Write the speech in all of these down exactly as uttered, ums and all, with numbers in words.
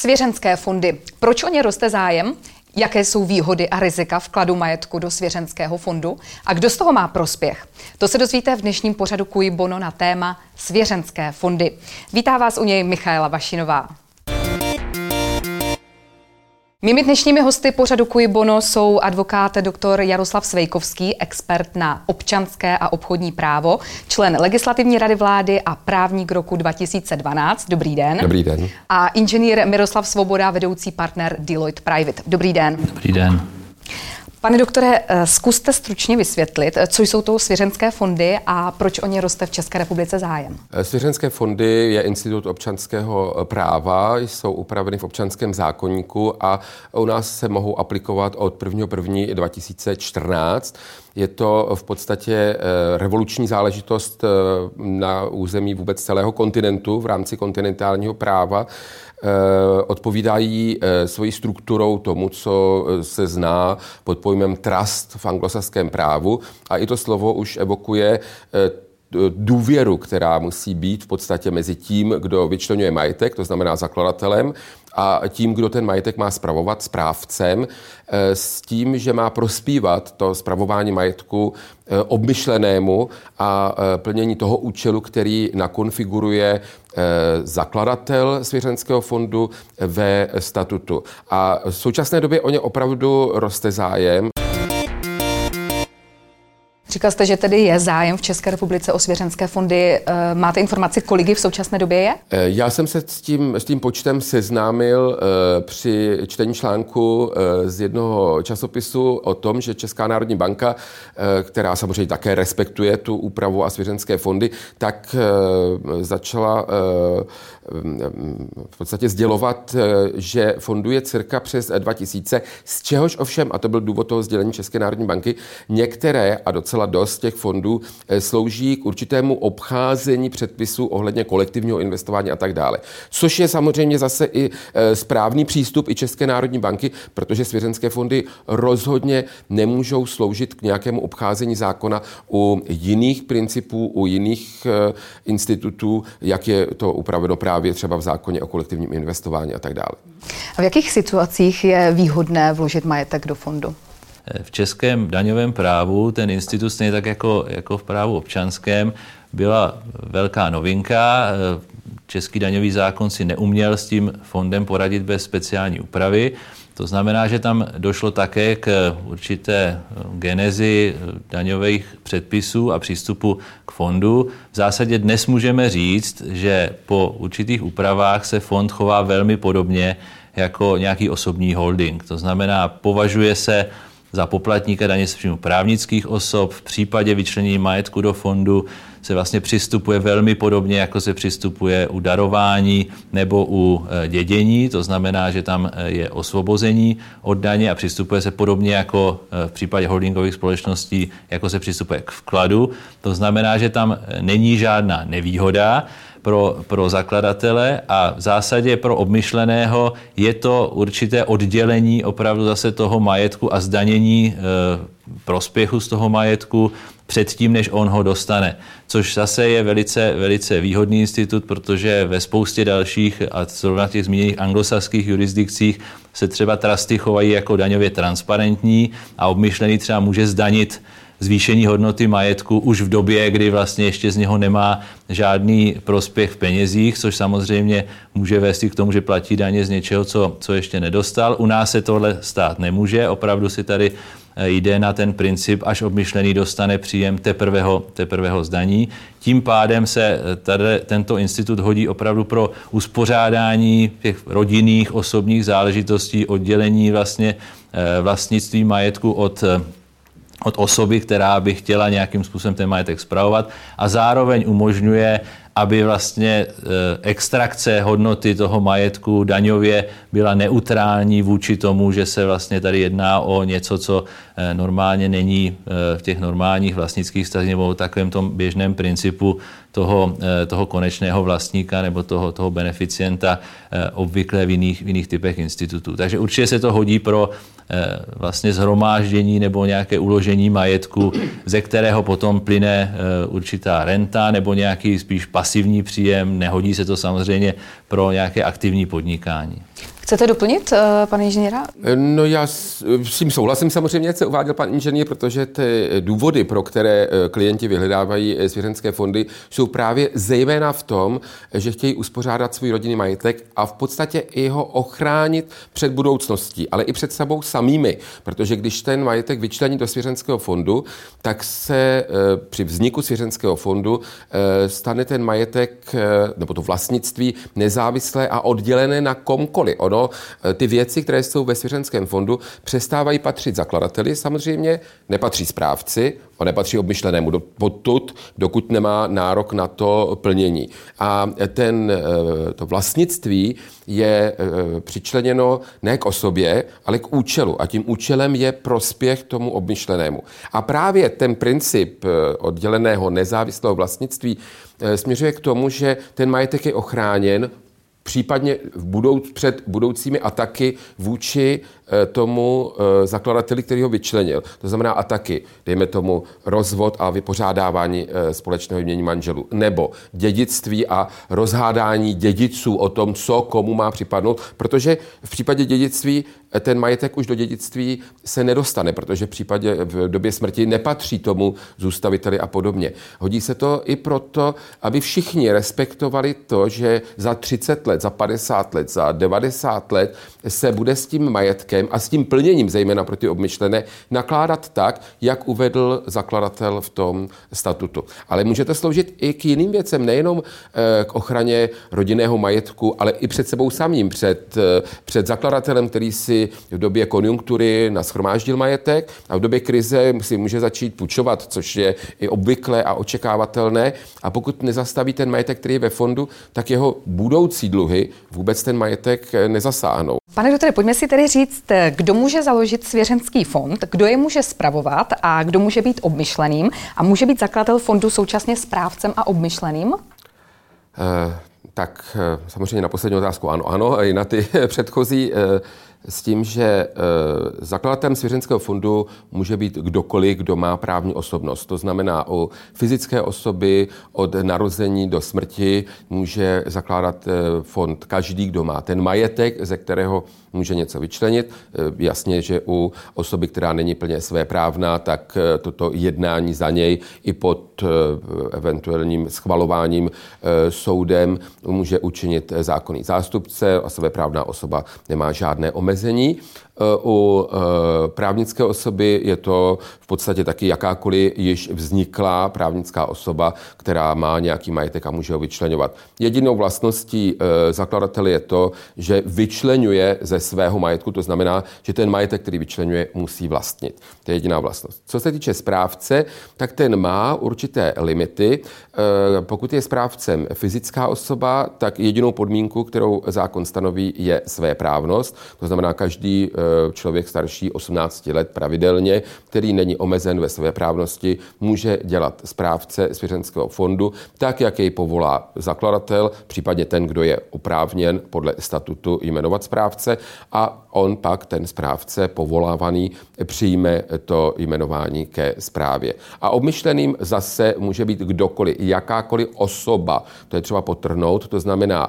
Svěřenské fondy. Proč o ně roste zájem? Jaké jsou výhody a rizika vkladu majetku do svěřenského fondu? A kdo z toho má prospěch? To se dozvíte v dnešním pořadu Cui Bono na téma svěřenské fondy. Vítá vás u něj Michaela Vašinová. Mými dnešními hosty pořadu Cui Bono jsou advokát doktor Jaroslav Svejkovský, expert na občanské a obchodní právo, člen Legislativní rady vlády a právník roku dva tisíce dvanáct. Dobrý den. Dobrý den. A inženýr Miroslav Svoboda, vedoucí partner Deloitte Private. Dobrý den. Dobrý den. Pane doktore, zkuste stručně vysvětlit, co jsou to svěřenské fondy a proč o ně roste v České republice zájem. Svěřenské fondy je institut občanského práva, jsou upraveny v občanském zákoníku a u nás se mohou aplikovat od prvního prvního dva tisíce čtrnáct. Je to v podstatě revoluční záležitost na území vůbec celého kontinentu v rámci kontinentálního práva. Odpovídají svojí strukturou tomu, co se zná pod pojmem trust v anglosaském právu. A i to slovo už evokuje důvěru, která musí být v podstatě mezi tím, kdo vyčleňuje majetek, to znamená zakladatelem, a tím, kdo ten majetek má spravovat, správcem, s tím, že má prospívat to spravování majetku obmyšlenému a plnění toho účelu, který nakonfiguruje zakladatel svěřenského fondu ve statutu. A v současné době o ně opravdu roste zájem. Říkal jste, že tedy je zájem v České republice o svěřenské fondy. Máte informaci, kolik jich v současné době je? Já jsem se s tím, s tím počtem seznámil při čtení článku z jednoho časopisu o tom, že Česká národní banka, která samozřejmě také respektuje tu úpravu a svěřenské fondy, tak začala v podstatě sdělovat, že fondů je cirka přes dva tisíce, z čehož ovšem, a to byl důvod toho sdělení České národní banky, některé a docela dost těch fondů slouží k určitému obcházení předpisů ohledně kolektivního investování a tak dále. Což je samozřejmě zase i správný přístup i České národní banky, protože svěřenské fondy rozhodně nemůžou sloužit k nějakému obcházení zákona u jiných principů, u jiných institutů, jak je to upraveno právě třeba v zákoně o kolektivním investování a tak dále. A v jakých situacích je výhodné vložit majetek do fondu? V českém daňovém právu ten institut, stejně tak jako, jako v právu občanském, byla velká novinka. Český daňový zákon si neuměl s tím fondem poradit bez speciální úpravy. To znamená, že tam došlo také k určité genezi daňových předpisů a přístupu k fondu. V zásadě dnes můžeme říct, že po určitých úpravách se fond chová velmi podobně jako nějaký osobní holding. To znamená, považuje se za poplatníka daně z příjmu právnických osob. V případě vyčlenění majetku do fondu se vlastně přistupuje velmi podobně, jako se přistupuje u darování nebo u dědění. To znamená, že tam je osvobození od daně a přistupuje se podobně jako v případě holdingových společností, jako se přistupuje k vkladu. To znamená, že tam není žádná nevýhoda pro, pro zakladatele a v zásadě pro obmyšleného je to určité oddělení opravdu zase toho majetku a zdanění e, prospěchu z toho majetku předtím, než on ho dostane. Což zase je velice, velice výhodný institut, protože ve spoustě dalších a zrovna těch zmíněných anglosaských jurisdikcích se třeba trusty chovají jako daňově transparentní a obmyšlený třeba může zdanit zvýšení hodnoty majetku už v době, kdy vlastně ještě z něho nemá žádný prospěch v penězích, což samozřejmě může vést i k tomu, že platí daně z něčeho, co, co ještě nedostal. U nás se tohle stát nemůže, opravdu si tady jde na ten princip, až obmyšlený dostane příjem teprveho, teprveho zdaní. Tím pádem se tady, tento institut hodí opravdu pro uspořádání těch rodinných, osobních záležitostí, oddělení vlastně vlastnictví majetku od od osoby, která by chtěla nějakým způsobem ten majetek spravovat a zároveň umožňuje, aby vlastně extrakce hodnoty toho majetku daňově byla neutrální vůči tomu, že se vlastně tady jedná o něco, co normálně není v těch normálních vlastnických vztazích nebo takovém tom běžném principu toho, toho konečného vlastníka nebo toho, toho beneficienta obvykle v jiných, v jiných typech institutů. Takže určitě se to hodí pro vlastně shromáždění nebo nějaké uložení majetku, ze kterého potom plyne určitá renta nebo nějaký spíš pasivní příjem. Nehodí se to samozřejmě pro nějaké aktivní podnikání. Chcete doplnit, pane inženýra? No já s, s tím souhlasím samozřejmě, co uváděl pan inženýr, protože ty důvody, pro které klienti vyhledávají svěřenské fondy, jsou právě zejména v tom, že chtějí uspořádat svůj rodinný majetek a v podstatě i ho ochránit před budoucností, ale i před sebou samými, protože když ten majetek vyčlení do svěřenského fondu, tak se při vzniku svěřenského fondu stane ten majetek nebo to vlastnictví nezávislé a oddělené na komkoliv. Ono, ty věci, které jsou ve svěřenském fondu, přestávají patřit zakladateli, samozřejmě nepatří správci, on nepatří obmyšlenému potud, dokud nemá nárok na to plnění. A ten, to vlastnictví je přičleněno ne k osobě, ale k účelu. A tím účelem je prospěch tomu obmyšlenému. A právě ten princip odděleného nezávislého vlastnictví směřuje k tomu, že ten majetek je ochráněn případně v budouc, před budoucími ataky vůči e, tomu e, zakladateli, který ho vyčlenil. To znamená ataky, dejme tomu rozvod a vypořádávání e, společného jmění manželů, nebo dědictví a rozhádání dědiců o tom, co komu má připadnout, protože v případě dědictví ten majetek už do dědictví se nedostane, protože v případě v době smrti nepatří tomu zůstaviteli a podobně. Hodí se to i proto, aby všichni respektovali to, že za třicet let, za padesát let, za devadesát let se bude s tím majetkem a s tím plněním, zejména pro ty obmyšlené, nakládat tak, jak uvedl zakladatel v tom statutu. Ale může to sloužit i k jiným věcem, nejenom k ochraně rodinného majetku, ale i před sebou samým, před, před zakladatelem, který si v době konjunktury nashromáždil majetek a v době krize si může začít půjčovat, což je i obvyklé a očekávatelné. A pokud nezastaví ten majetek, který je ve fondu, tak jeho budoucí dluhy vůbec ten majetek nezasáhnou. Pane doktore, pojďme si tedy říct, kdo může založit svěřenský fond, kdo je může spravovat a kdo může být obmyšleným a může být zakladatel fondu současně správcem a obmyšleným? Uh, tak samozřejmě na poslední otázku ano, ano, a i na ty předchozí. Uh, S tím, že e, zakladatelem svěřenského fondu může být kdokoliv, kdo má právní osobnost. To znamená, u fyzické osoby od narození do smrti může zakládat e, fond každý, kdo má ten majetek, ze kterého může něco vyčlenit. E, jasně, že u osoby, která není plně svéprávná, tak e, toto jednání za něj i pod e, eventuálním schvalováním e, soudem může učinit zákonný zástupce a svéprávná osoba nemá žádné omezení. U právnické osoby je to v podstatě taky jakákoliv již vzniklá právnická osoba, která má nějaký majetek a může ho vyčleňovat. Jedinou vlastností zakladatele je to, že vyčleňuje ze svého majetku, to znamená, že ten majetek, který vyčleňuje, musí vlastnit. To je jediná vlastnost. Co se týče správce, tak ten má určité limity. Pokud je správcem fyzická osoba, tak jedinou podmínku, kterou zákon stanoví, je svéprávnost. To znamená, každý člověk starší osmnácti let pravidelně, který není omezen ve svéprávnosti, může dělat správce svěřenského fondu, tak, jak jej povolá zakladatel, případně ten, kdo je oprávněn podle statutu jmenovat správce, a on pak, ten správce povolávaný, přijme to jmenování ke správě. A obmyšleným zase může být kdokoliv, jakákoliv osoba, to je třeba podtrhnout, to znamená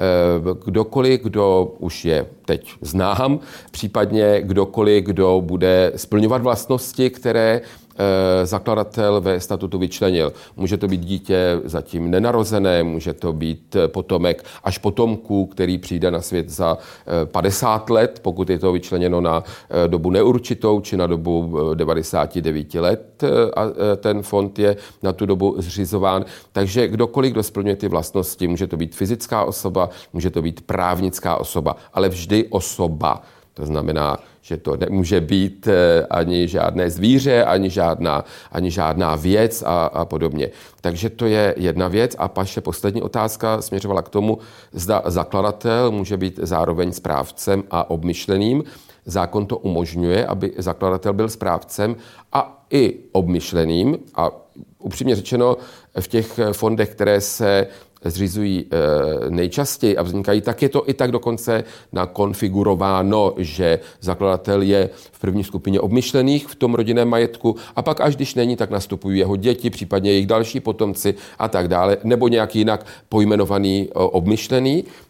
kdokoliv, kdo už je teď znám, případně kdokoliv, kdo bude splňovat vlastnosti, které zakladatel ve statutu vyčlenil. Může to být dítě zatím nenarozené, může to být potomek až potomků, který přijde na svět za padesát let, pokud je to vyčleněno na dobu neurčitou, či na dobu devadesát devět let a ten fond je na tu dobu zřizován. Takže kdokoliv, kdo splňuje ty vlastnosti, může to být fyzická osoba, může to být právnická osoba, ale vždy osoba. To znamená, že to nemůže být ani žádné zvíře, ani žádná, ani žádná věc a, a podobně. Takže to je jedna věc. A vaše poslední otázka směřovala k tomu, zda zakladatel může být zároveň správcem a obmyšleným. Zákon to umožňuje, aby zakladatel byl správcem a i obmyšleným. A upřímně řečeno, v těch fondech, které se zřizují e, nejčastěji a vznikají, tak je to i tak dokonce nakonfigurováno, že zakladatel je v první skupině obmyšlených v tom rodinném majetku a pak až když není, tak nastupují jeho děti, případně jejich další potomci a tak dále, nebo nějak jinak pojmenovaný e, obmyšlený.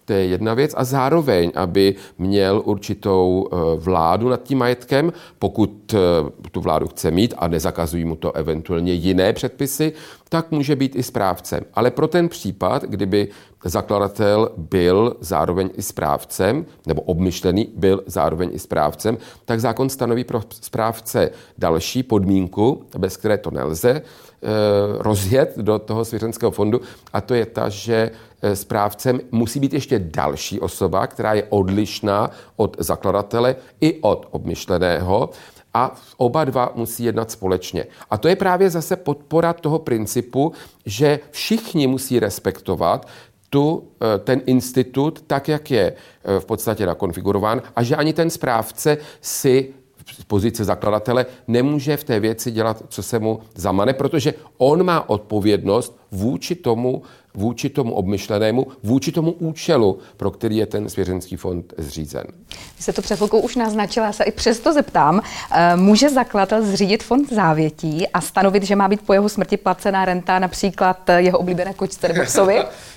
To je jedna věc. A zároveň, aby měl určitou vládu nad tím majetkem, pokud tu vládu chce mít a nezakazují mu to eventuálně jiné předpisy, tak může být i správcem. Ale pro ten případ, kdyby zakladatel byl zároveň i správcem, nebo obmyšlený byl zároveň i správcem, tak zákon stanoví pro správce další podmínku, bez které to nelze e, rozjet do toho svěřenského fondu, a to je ta, že správcem musí být ještě další osoba, která je odlišná od zakladatele i od obmyšleného, a oba dva musí jednat společně. A to je právě zase podpora toho principu, že všichni musí respektovat tu, ten institut tak, jak je v podstatě nakonfigurován, a že ani ten správce si z pozice zakladatele nemůže v té věci dělat, co se mu zamane, protože on má odpovědnost vůči tomu, vůči tomu obmyšlenému, vůči tomu účelu, pro který je ten svěřenský fond zřízen. Vy se to před chvilkou už naznačila, já se i přesto zeptám. Může zakladatel zřídit fond závětí a stanovit, že má být po jeho smrti placená renta například jeho oblíbené kočce nebo psovi?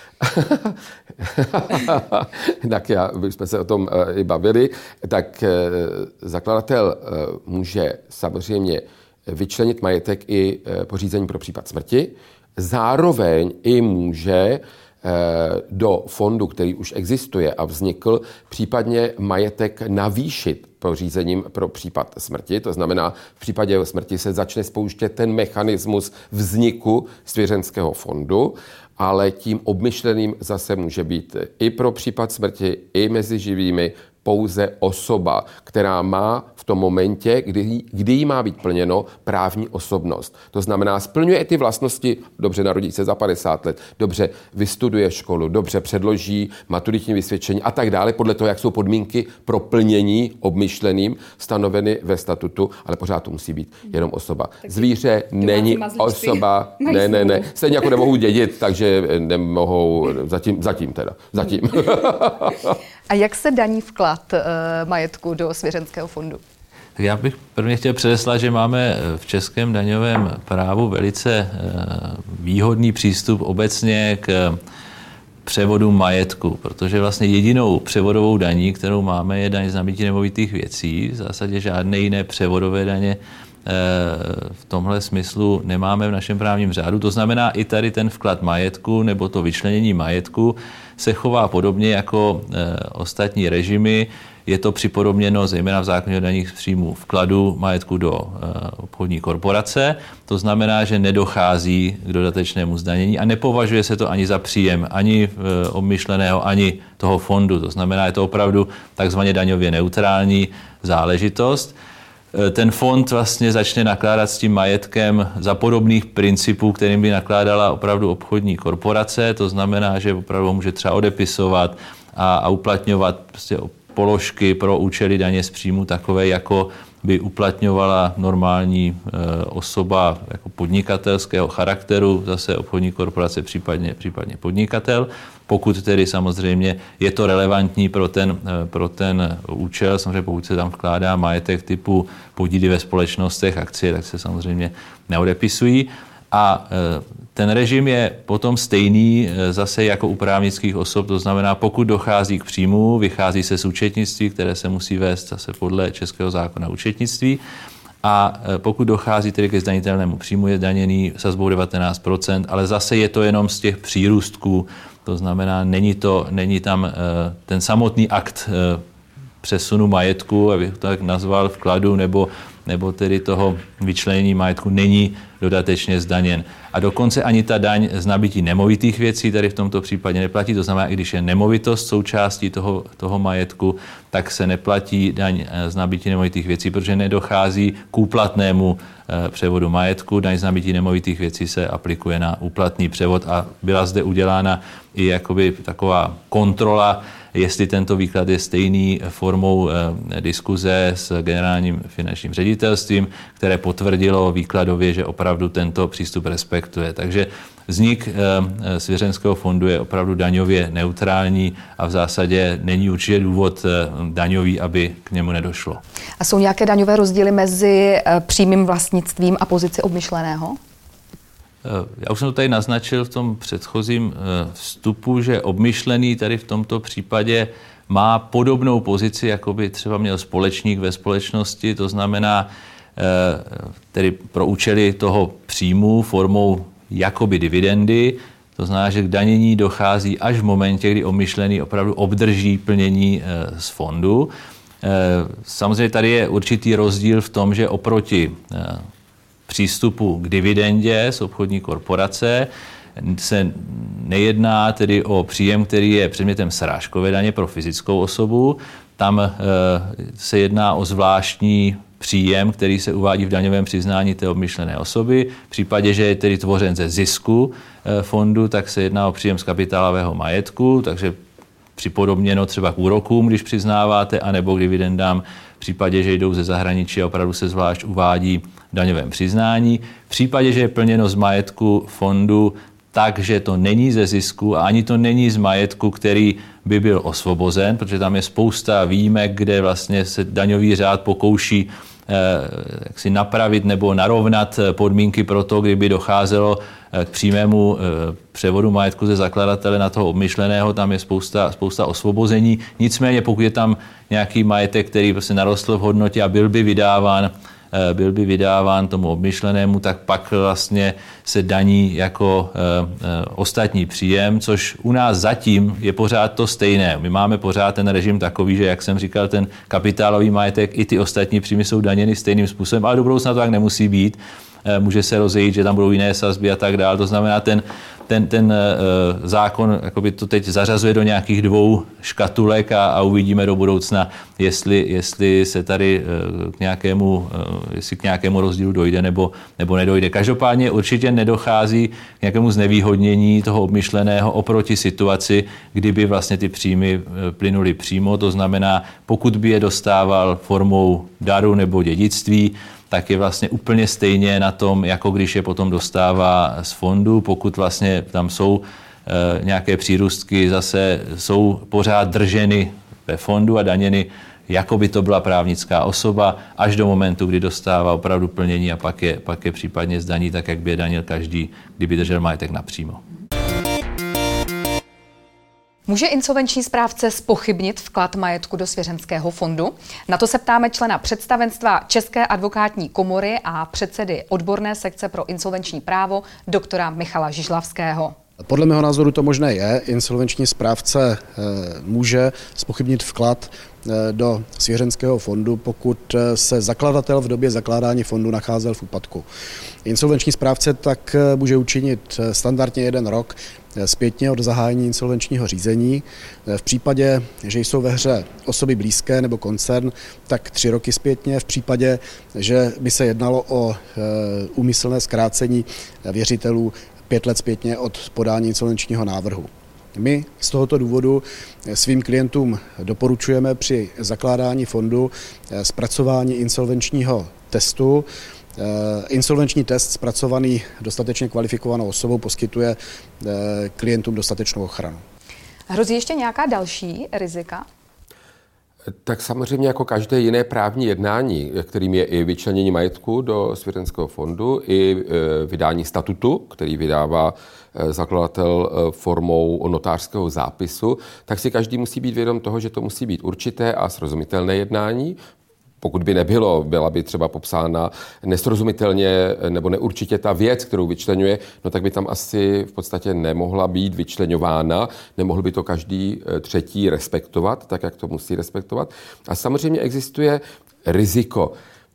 Tak já, když jsme se o tom i bavili, tak zakladatel může samozřejmě vyčlenit majetek i pořízení pro případ smrti. Zároveň i může do fondu, který už existuje a vznikl, případně majetek navýšit pořízením pro případ smrti. To znamená, v případě smrti se začne spouštět ten mechanismus vzniku svěřenského fondu, ale tím obmyšleným zase může být i pro případ smrti, i mezi živými pouze osoba, která má v tom momentě, kdy, kdy jí má být plněno, právní osobnost. To znamená, splňuje ty vlastnosti, dobře narodí se za padesát let, dobře vystuduje školu, dobře předloží maturitní vysvědčení a tak dále, podle toho, jak jsou podmínky pro plnění obmyšleným stanoveny ve statutu, ale pořád to musí být jenom osoba. Zvíře není osoba, ne, ne, ne, stejně jako nemohou dědit, takže nemohou, zatím, zatím teda, zatím. A jak se daní vklad e, majetku do svěřenského fondu? Tak já bych prvně chtěl předeslat, že máme v českém daňovém právu velice e, výhodný přístup obecně k převodu majetku, protože vlastně jedinou převodovou daní, kterou máme, je daň z nabytí nemovitých věcí. V zásadě žádné jiné převodové daně v tomhle smyslu nemáme v našem právním řádu. To znamená, i tady ten vklad majetku nebo to vyčlenění majetku se chová podobně jako ostatní režimy. Je to připodobněno zejména v zákoně o daních z příjmů vkladu majetku do obchodní korporace. To znamená, že nedochází k dodatečnému zdanění a nepovažuje se to ani za příjem ani obmyšleného, ani toho fondu. To znamená, je to opravdu takzvaně daňově neutrální záležitost. Ten fond vlastně začne nakládat s tím majetkem za podobných principů, kterým by nakládala opravdu obchodní korporace. To znamená, že opravdu může třeba odepisovat a, a uplatňovat prostě položky pro účely daně z příjmu takové, jako by uplatňovala normální e, osoba jako podnikatelského charakteru, zase obchodní korporace, případně, případně podnikatel. Pokud tedy samozřejmě je to relevantní pro ten, pro ten účel, samozřejmě pokud se tam vkládá majetek typu podíly ve společnostech, akcie, tak se samozřejmě neodepisují. A ten režim je potom stejný zase jako u právnických osob, to znamená, pokud dochází k příjmu, vychází se z účetnictví, které se musí vést zase podle českého zákona účetnictví. A pokud dochází tedy ke zdanitelnému příjmu, je daněný sazbou devatenáct procent, ale zase je to jenom z těch přírůstků. To znamená, není, to, není tam ten samotný akt přesunu majetku, abych to tak nazval, vkladu nebo, nebo tedy toho vyčlenění majetku, není dodatečně zdaněn. A dokonce ani ta daň z nabytí nemovitých věcí tady v tomto případě neplatí. To znamená, i když je nemovitost součástí toho, toho majetku, tak se neplatí daň z nabytí nemovitých věcí, protože nedochází k úplatnému převodu majetku. Daň z nabytí nemovitých věcí se aplikuje na úplatný převod a byla zde udělána i jakoby taková kontrola, jestli tento výklad je stejný formou eh, diskuze s generálním finančním ředitelstvím, které potvrdilo výkladově, že opravdu tento přístup respektuje. Takže vznik eh, svěřenského fondu je opravdu daňově neutrální a v zásadě není určitě důvod eh, daňový, aby k němu nedošlo. A jsou nějaké daňové rozdíly mezi eh, přímým vlastnictvím a pozici obmyšleného? Já už jsem to tady naznačil v tom předchozím vstupu, že obmyšlený tady v tomto případě má podobnou pozici, jako by třeba měl společník ve společnosti, to znamená tedy pro účely toho příjmu formou jakoby dividendy, to znamená, že k danění dochází až v momentě, kdy obmyšlený opravdu obdrží plnění z fondu. Samozřejmě tady je určitý rozdíl v tom, že oproti přístupu k dividendě z obchodní korporace se nejedná tedy o příjem, který je předmětem srážkové daně pro fyzickou osobu. Tam se jedná o zvláštní příjem, který se uvádí v daňovém přiznání té obmyšlené osoby. V případě, že je tedy tvořen ze zisku fondu, tak se jedná o příjem z kapitálového majetku, takže připodobněno třeba k úrokům, když přiznáváte, anebo k dividendám v případě, že jdou ze zahraničí a opravdu se zvlášť uvádí v daňovém přiznání. V případě, že je plněno z majetku fondu, takže to není ze zisku a ani to není z majetku, který by byl osvobozen, protože tam je spousta výjimek, kde vlastně se daňový řád pokouší eh, jak si napravit nebo narovnat podmínky pro to, kdyby docházelo k přímému eh, převodu majetku ze zakladatele na toho obmyšleného, tam je spousta, spousta osvobození. Nicméně pokud je tam nějaký majetek, který prostě narostl v hodnotě a byl by vydáván byl by vydáván tomu obmyšlenému, tak pak vlastně se daní jako e, e, ostatní příjem, což u nás zatím je pořád to stejné. My máme pořád ten režim takový, že jak jsem říkal, ten kapitálový majetek i ty ostatní příjmy jsou daněny stejným způsobem, ale do budoucna to tak nemusí být. E, může se rozejít, že tam budou jiné sazby a tak dále. To znamená, ten ten, ten uh, zákon jakoby to teď zařazuje do nějakých dvou škatulek a, a uvidíme do budoucna, jestli, jestli se tady uh, k nějakému, uh, jestli k nějakému rozdílu dojde nebo, nebo nedojde. Každopádně určitě nedochází k nějakému znevýhodnění toho obmyšleného oproti situaci, kdyby vlastně ty příjmy plynuly přímo. To znamená, pokud by je dostával formou daru nebo dědictví, tak je vlastně úplně stejně na tom, jako když je potom dostává z fondu. Pokud vlastně tam jsou e, nějaké přírůstky, zase jsou pořád drženy ve fondu a daněny, jako by to byla právnická osoba, až do momentu, kdy dostává opravdu plnění a pak je, pak je případně zdaní tak, jak by je danil každý, kdyby držel majetek napřímo. Může insolvenční správce zpochybnit vklad majetku do svěřenského fondu? Na to se ptáme člena představenstva České advokátní komory a předsedy odborné sekce pro insolvenční právo doktora Michala Žižlavského. Podle mého názoru to možné je. Insolvenční správce může zpochybnit vklad do svěřenského fondu, pokud se zakladatel v době zakládání fondu nacházel v úpadku. Insolvenční správce tak může učinit standardně jeden rok zpětně od zahájení insolvenčního řízení. V případě, že jsou ve hře osoby blízké nebo koncern, tak tři roky zpětně. V případě, že by se jednalo o úmyslné zkrácení věřitelů, pět let zpětně od podání insolvenčního návrhu. My z tohoto důvodu svým klientům doporučujeme při zakládání fondu zpracování insolvenčního testu. Insolvenční test zpracovaný dostatečně kvalifikovanou osobou poskytuje klientům dostatečnou ochranu. Hrozí ještě nějaká další rizika? Tak samozřejmě jako každé jiné právní jednání, kterým je i vyčlenění majetku do svěřenského fondu, i vydání statutu, který vydává zakladatel formou notářského zápisu, tak si každý musí být vědom toho, že to musí být určité a srozumitelné jednání. Pokud by nebylo, byla by třeba popsána nesrozumitelně nebo neurčitě ta věc, kterou vyčleňuje, no tak by tam asi v podstatě nemohla být vyčleňována, nemohl by to každý třetí respektovat, tak jak to musí respektovat. A samozřejmě existuje riziko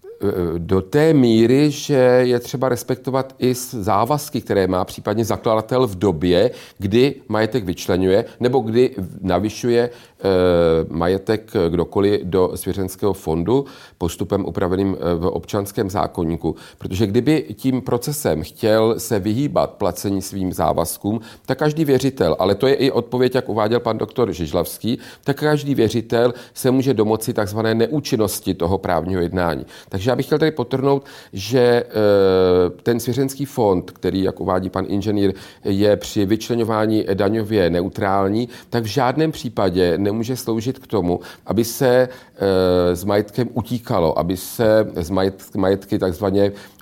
do té míry, že je třeba respektovat i závazky, které má případně zakladatel v době, kdy majetek vyčleňuje nebo kdy navyšuje e, majetek kdokoliv do svěřenského fondu postupem upraveným v občanském zákoníku. Protože kdyby tím procesem chtěl se vyhýbat placení svým závazkům, tak každý věřitel, ale to je i odpověď, jak uváděl pan doktor Žižlavský, tak každý věřitel se může domoci takzvané neúčinnosti toho právního jednání. Takže já bych chtěl tady podtrhnout, že ten svěřenský fond, který, jak uvádí pan inženýr, je při vyčleňování daňově neutrální, tak v žádném případě nemůže sloužit k tomu, aby se s majetkem utíkalo, aby se z majetky takzvaně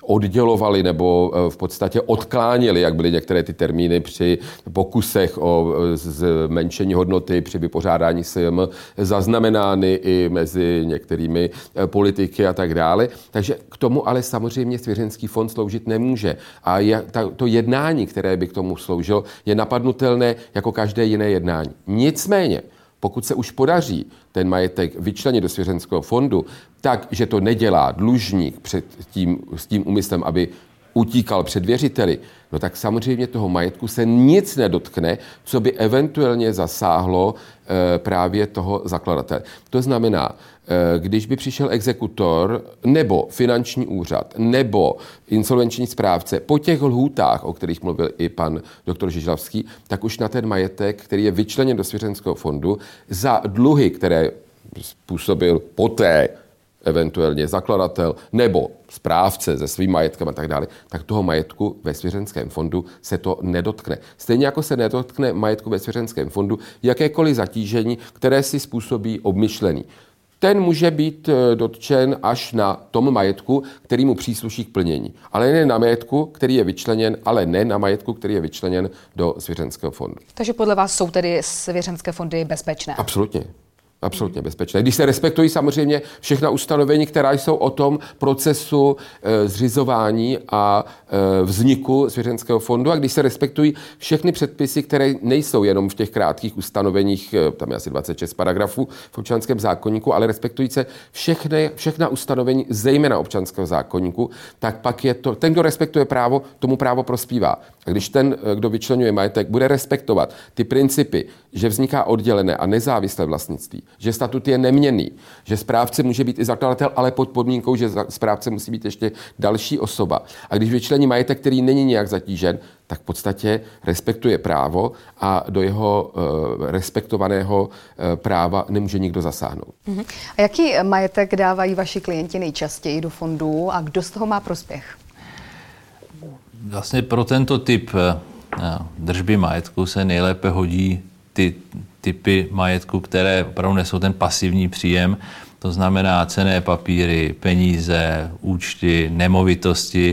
oddělovali nebo v podstatě odkláněli, jak byly některé ty termíny při pokusech o zmenšení hodnoty při vypořádání S J M zaznamenány i mezi některými politiky a tak dále. Takže k tomu ale samozřejmě svěřenský fond sloužit nemůže. A je, ta, to jednání, které by k tomu sloužilo, je napadnutelné jako každé jiné jednání. Nicméně, pokud se už podaří ten majetek vyčlenit do svěřenského fondu, tak, že to nedělá dlužník před tím, s tím úmyslem, aby utíkal před věřiteli, no tak samozřejmě toho majetku se nic nedotkne, co by eventuálně zasáhlo e, právě toho zakladatele. To znamená, e, když by přišel exekutor nebo finanční úřad nebo insolvenční správce po těch lhůtách, o kterých mluvil i pan doktor Žižlavský, tak už na ten majetek, který je vyčleněn do svěřenského fondu, za dluhy, které způsobil poté eventuálně zakladatel nebo správce se svým majetkem a tak dále, tak toho majetku ve svěřenském fondu se to nedotkne. Stejně jako se nedotkne majetku ve svěřenském fondu jakékoliv zatížení, které si způsobí obmyšlený. Ten může být dotčen až na tom majetku, který mu přísluší k plnění. Ale ne na majetku, který je vyčleněn, ale ne na majetku, který je vyčleněn do svěřenského fondu. Takže podle vás jsou tedy svěřenské fondy bezpečné? Absolutně. Absolutně bezpečné. Když se respektují samozřejmě všechna ustanovení, která jsou o tom procesu e, zřizování a e, vzniku svěřenského fondu a když se respektují všechny předpisy, které nejsou jenom v těch krátkých ustanoveních, e, tam je asi dvacet šest paragrafů v občanském zákoníku, ale respektují se všechny, všechna ustanovení, zejména občanského zákoníku, tak pak je to, ten, kdo respektuje právo, tomu právo prospívá. A když ten, kdo vyčleňuje majetek, bude respektovat ty principy, že vzniká oddělené a nezávislé vlastnictví, že statut je neměnný, že správce může být i zakladatel, ale pod podmínkou, že správce musí být ještě další osoba. A když vyčlení majetek, který není nějak zatížen, tak v podstatě respektuje právo a do jeho uh, respektovaného uh, práva nemůže nikdo zasáhnout. Uh-huh. A jaký majetek dávají vaši klienti nejčastěji do fondů a kdo z toho má prospěch? Vlastně pro tento typ držby majetku se nejlépe hodí ty typy majetku, které opravdu nesou ten pasivní příjem, to znamená cenné papíry, peníze, účty, nemovitosti,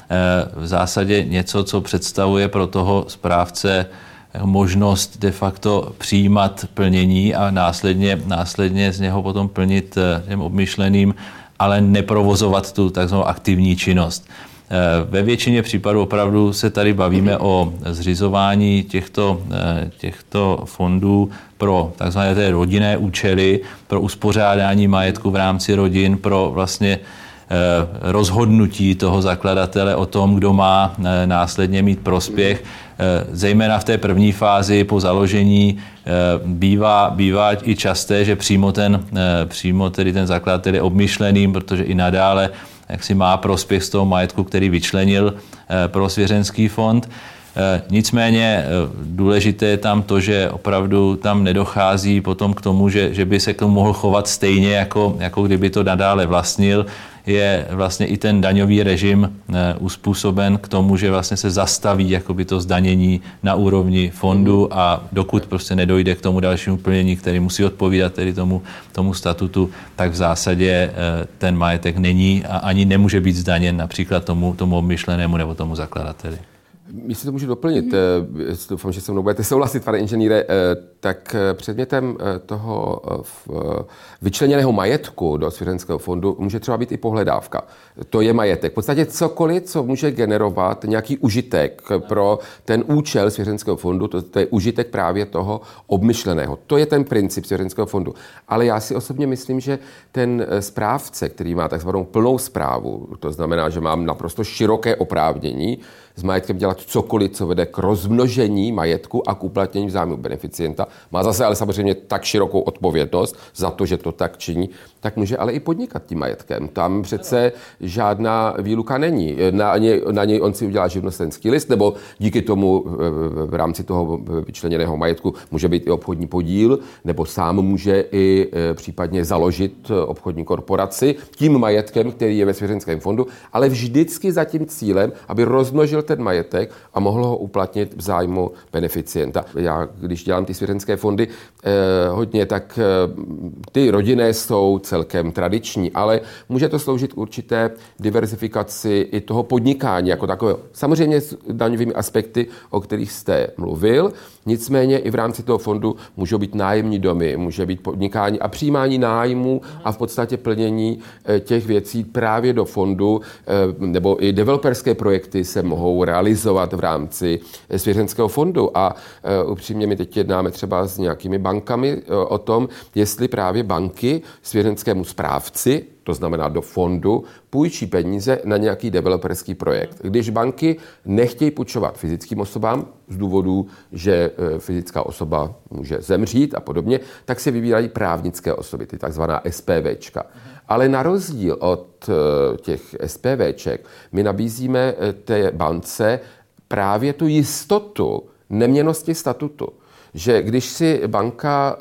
v zásadě něco, co představuje pro toho správce možnost de facto přijímat plnění a následně, následně z něho potom plnit těm obmyšleným, ale neprovozovat tu takzvanou aktivní činnost. Ve většině případů opravdu se tady bavíme o zřizování těchto, těchto fondů pro takzvané rodinné účely, pro uspořádání majetku v rámci rodin, pro vlastně rozhodnutí toho zakladatele o tom, kdo má následně mít prospěch. Zejména v té první fázi po založení bývá, bývá i časté, že přímo ten, přímo tedy ten zakladatel je obmyšleným, protože i nadále jak si má prospěch z toho majetku, který vyčlenil pro svěřenský fond. Nicméně důležité je tam to, že opravdu tam nedochází potom k tomu, že, že by se k tomu mohl chovat stejně, jako, jako kdyby to nadále vlastnil. Je vlastně i ten daňový režim uspůsoben k tomu, že vlastně se zastaví jakoby to zdanění na úrovni fondu a dokud prostě nedojde k tomu dalšímu plnění, který musí odpovídat tedy tomu, tomu statutu, tak v zásadě ten majetek není a ani nemůže být zdaněn například tomu, tomu obmyšlenému nebo tomu zakladateli. Jestli to můžu doplnit, mm-hmm. doufám, že se mnou budete souhlasit, pane inženýre, tak předmětem toho vyčleněného majetku do svěřenského fondu může třeba být i pohledávka. To je majetek. V podstatě cokoliv, co může generovat nějaký užitek pro ten účel svěřenského fondu, to, to je užitek právě toho obmyšleného. To je ten princip svěřenského fondu. Ale já si osobně myslím, že ten správce, který má takzvanou plnou správu, to znamená, že mám naprosto široké oprávnění s majetkem dělat cokoliv, co vede k rozmnožení majetku a k uplatnění v zájmu beneficienta. Má zase ale samozřejmě tak širokou odpovědnost za to, že to tak činí, tak může ale i podnikat tím majetkem. Tam přece žádná výluka není. Na něj, na něj on si udělá živnostenský list, nebo díky tomu v rámci toho vyčleněného majetku může být i obchodní podíl, nebo sám může i případně založit obchodní korporaci tím majetkem, který je ve svěřenském fondu, ale vždycky za tím cílem, aby rozmnožil ten majetek a mohl ho uplatnit v zájmu beneficienta. Já, když dělám ty svěřenské svěřenské fondy eh, hodně, tak eh, ty rodinné jsou celkem tradiční, ale může to sloužit k určité diverzifikaci i toho podnikání jako takového. Samozřejmě s daňovými aspekty, o kterých jste mluvil, nicméně i v rámci toho fondu můžou být nájemní domy, může být podnikání a přijímání nájmů a v podstatě plnění eh, těch věcí právě do fondu, eh, nebo i developerské projekty se mohou realizovat v rámci svěřenského fondu. A uh, upřímně my teď jednáme třeba s nějakými bankami uh, o tom, jestli právě banky svěřenskému správci, to znamená do fondu, půjčí peníze na nějaký developerský projekt. Když banky nechtějí půjčovat fyzickým osobám z důvodu, že uh, fyzická osoba může zemřít a podobně, tak se vybírají právnické osoby, ty takzvaná SPVčka. Ale na rozdíl od těch SPVček my nabízíme té bance právě tu jistotu neměnnosti statutu. Že když si banka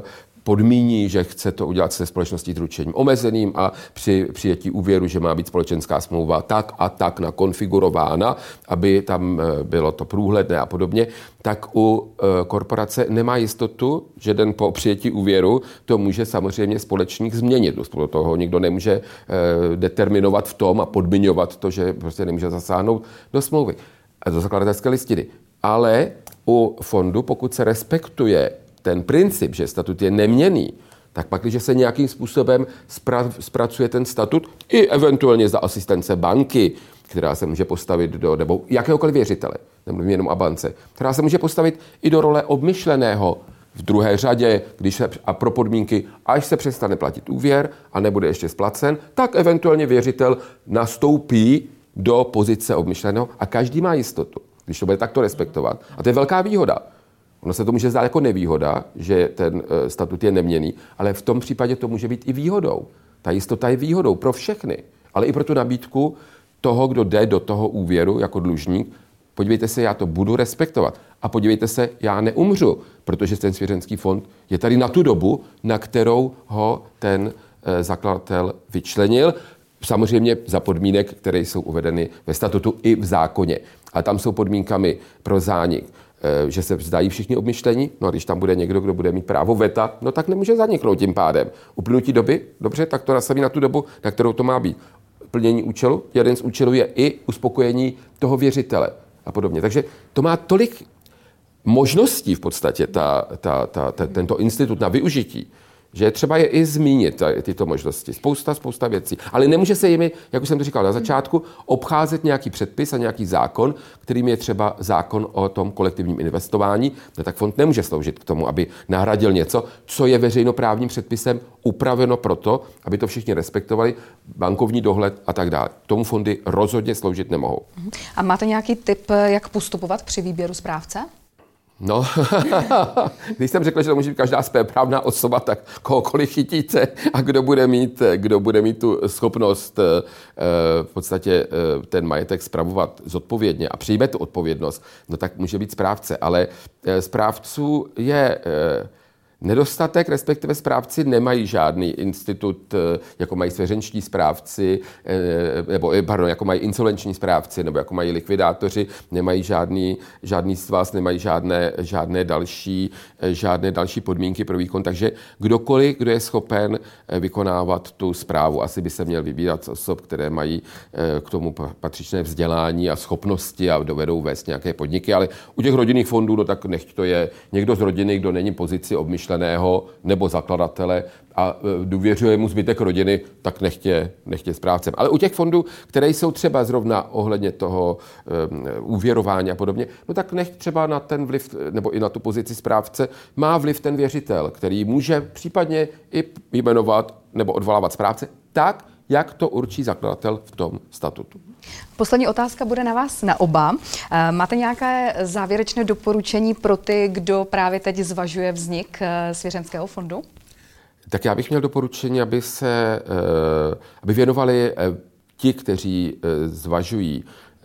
podmíní, že chce to udělat se společností s ručením omezeným a při přijetí úvěru, že má být společenská smlouva tak a tak nakonfigurována, aby tam bylo to průhledné a podobně, tak u korporace nemá jistotu, že den po přijetí úvěru to může samozřejmě společník změnit. Do toho nikdo nemůže determinovat v tom a podmiňovat to, že prostě nemůže zasáhnout do smlouvy a do zakladatelské listiny. Ale u fondu, pokud se respektuje ten princip, že statut je neměnný, tak pak, když se nějakým způsobem spra- zpracuje ten statut, i eventuálně za asistence banky, která se může postavit do, nebo jakéhokoliv věřitele, nemluvím jenom o bance, která se může postavit i do role obmyšleného v druhé řadě, když se, a pro podmínky, až se přestane platit úvěr a nebude ještě splacen, tak eventuálně věřitel nastoupí do pozice obmyšleného a každý má jistotu, když to bude takto respektovat. A to je velká výhoda. Ono se to může zdát jako nevýhoda, že ten statut je neměnný, ale v tom případě to může být i výhodou. Ta jistota je výhodou pro všechny, ale i pro tu nabídku toho, kdo jde do toho úvěru jako dlužník. Podívejte se, já to budu respektovat. A podívejte se, já neumřu, protože ten svěřenský fond je tady na tu dobu, na kterou ho ten zakladatel vyčlenil. Samozřejmě za podmínek, které jsou uvedeny ve statutu i v zákoně. A tam jsou podmínkami pro zánik, že se vzdají všichni obmyšlení, no a když tam bude někdo, kdo bude mít právo veta, no tak nemůže zaniknout tím pádem. Uplynutí doby, dobře, tak to nastaví na tu dobu, na kterou to má být. Plnění účelu, jeden z účelů je i uspokojení toho věřitele a podobně. Takže to má tolik možností v podstatě ta, ta, ta, ta, tento institut na využití, že třeba je i zmínit tyto možnosti. Spousta, spousta věcí. Ale nemůže se jimi, jak už jsem to říkal na začátku, obcházet nějaký předpis a nějaký zákon, kterým je třeba zákon o tom kolektivním investování. No, tak fond nemůže sloužit k tomu, aby nahradil něco, co je veřejnoprávním předpisem upraveno proto, aby to všichni respektovali, bankovní dohled a tak dále. Tomu fondy rozhodně sloužit nemohou. A máte nějaký tip, jak postupovat při výběru správce? No, když jsem řekl, že to může být každá správná osoba, tak kohokoliv chytíte a kdo bude mít, kdo bude mít tu schopnost v podstatě ten majetek spravovat zodpovědně a přijme tu odpovědnost, no tak může být správce. Ale správců je nedostatek, respektive správci nemají žádný institut, jako mají svěřenští správci, nebo pardon, jako mají insolvenční správci, nebo jako mají likvidátoři, nemají žádný, žádný svaz, nemají žádné, žádné, další, žádné další podmínky pro výkon. Takže kdokoliv, kdo je schopen vykonávat tu správu, asi by se měl vybírat z osob, které mají k tomu patřičné vzdělání a schopnosti a dovedou vést nějaké podniky. Ale u těch rodinných fondů, no tak nechť to je někdo z rodiny, kdo není pozici obmyšlený nebo zakladatele a důvěřuje mu zbytek rodiny, tak nechtě, nechtě správcem. Ale u těch fondů, které jsou třeba zrovna ohledně toho um, úvěrování a podobně, no tak nech třeba na ten vliv, nebo i na tu pozici správce, má vliv ten věřitel, který může případně i jmenovat nebo odvolávat správce tak, jak to určí zakladatel v tom statutu. Poslední otázka bude na vás na oba. Máte nějaké závěrečné doporučení pro ty, kdo právě teď zvažuje vznik svěřenského fondu? Tak já bych měl doporučení, aby se aby věnovali ti, kteří zvažují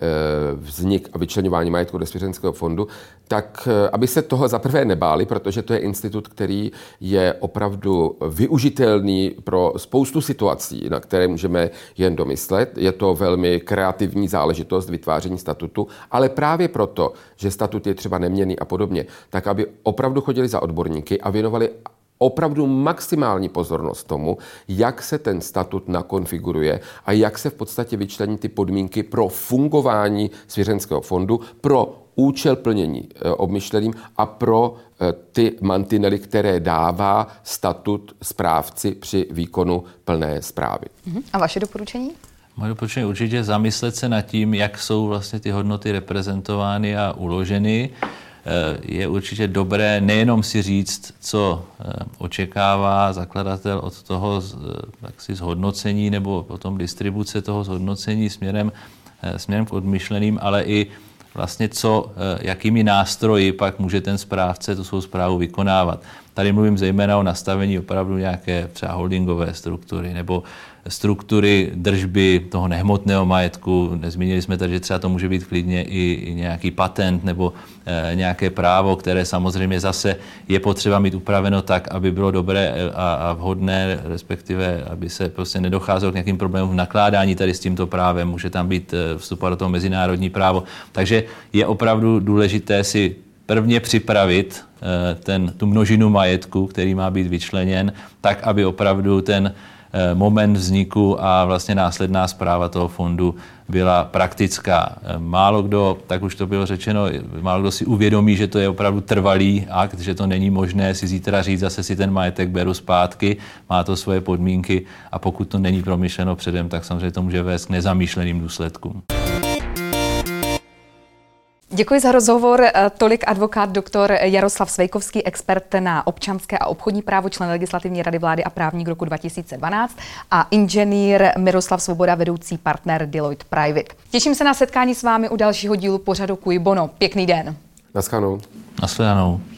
vznik a vyčleňování majetku do svěřenského fondu, tak aby se toho zaprvé nebáli, protože to je institut, který je opravdu využitelný pro spoustu situací, na které můžeme jen domyslet. Je to velmi kreativní záležitost vytváření statutu, ale právě proto, že statut je třeba neměnný a podobně, tak aby opravdu chodili za odborníky a věnovali opravdu maximální pozornost tomu, jak se ten statut nakonfiguruje a jak se v podstatě vyčlení ty podmínky pro fungování svěřenského fondu, pro účel plnění e, obmyšleným a pro e, ty mantinely, které dává statut správci při výkonu plné správy. A vaše doporučení? Moje doporučení určitě zamyslet se nad tím, jak jsou vlastně ty hodnoty reprezentovány a uloženy. Je určitě dobré nejenom si říct, co očekává zakladatel od toho jaksi zhodnocení nebo potom distribuce toho zhodnocení směrem, směrem k odmyšleným, ale i vlastně co, jakými nástroji pak může ten správce tu svou správu vykonávat. Tady mluvím zejména o nastavení opravdu nějaké třeba holdingové struktury nebo struktury držby toho nehmotného majetku. Nezmínili jsme tady, že třeba to může být klidně i, i nějaký patent nebo e, nějaké právo, které samozřejmě zase je potřeba mít upraveno tak, aby bylo dobré a, a vhodné, respektive aby se prostě nedocházelo k nějakým problémům v nakládání tady s tímto právem. Může tam být vstupovat do toho mezinárodní právo. Takže je opravdu důležité si prvně připravit ten, tu množinu majetku, který má být vyčleněn, tak, aby opravdu ten moment vzniku a vlastně následná správa toho fondu byla praktická. Málo kdo, tak už to bylo řečeno, málo kdo si uvědomí, že to je opravdu trvalý akt, že to není možné si zítra říct, zase si ten majetek beru zpátky, má to svoje podmínky a pokud to není promyšleno předem, tak samozřejmě to může vést k nezamýšleným důsledkům. Děkuji za rozhovor. Tolik advokát doktor Jaroslav Svejkovský, expert na občanské a obchodní právo, člen Legislativní rady vlády a právník roku dva tisíce dvanáct a inženýr Miroslav Svoboda, vedoucí partner Deloitte Private. Těším se na setkání s vámi u dalšího dílu pořadu Cui Bono. Pěkný den. Naschledanou. Naschledanou.